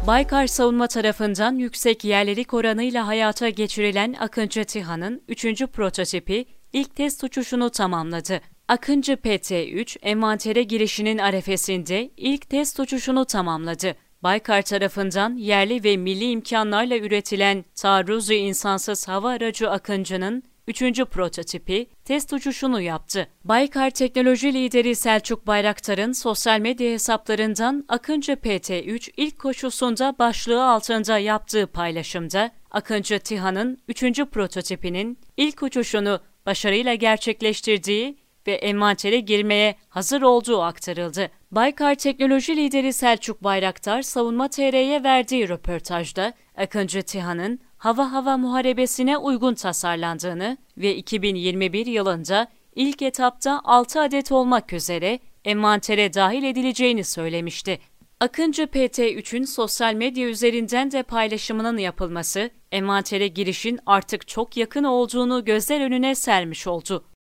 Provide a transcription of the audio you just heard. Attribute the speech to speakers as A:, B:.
A: Baykar Savunma tarafından yüksek yerlilik oranıyla hayata geçirilen Akıncı TİHA'nın 3. prototipi ilk test uçuşunu tamamladı. Akıncı PT-3, envantere girişinin arefesinde ilk test uçuşunu tamamladı. Baykar tarafından yerli ve milli imkanlarla üretilen taarruzu insansız hava aracı Akıncı'nın 3. prototipi test uçuşunu yaptı. Baykar teknoloji lideri Selçuk Bayraktar'ın sosyal medya hesaplarından Akıncı PT-3 ilk koşusunda başlığı altında yaptığı paylaşımda Akıncı TİHA'nın 3. prototipinin ilk uçuşunu başarıyla gerçekleştirdiği ve envantere girmeye hazır olduğu aktarıldı. Baykar teknoloji lideri Selçuk Bayraktar, Savunma TR'ye verdiği röportajda Akıncı TİHA'nın hava muharebesine uygun tasarlandığını ve 2021 yılında ilk etapta 6 adet olmak üzere envantere dahil edileceğini söylemişti. Akıncı PT-3'ün sosyal medya üzerinden de paylaşımının yapılması, envantere girişin artık çok yakın olduğunu gözler önüne sermiş oldu.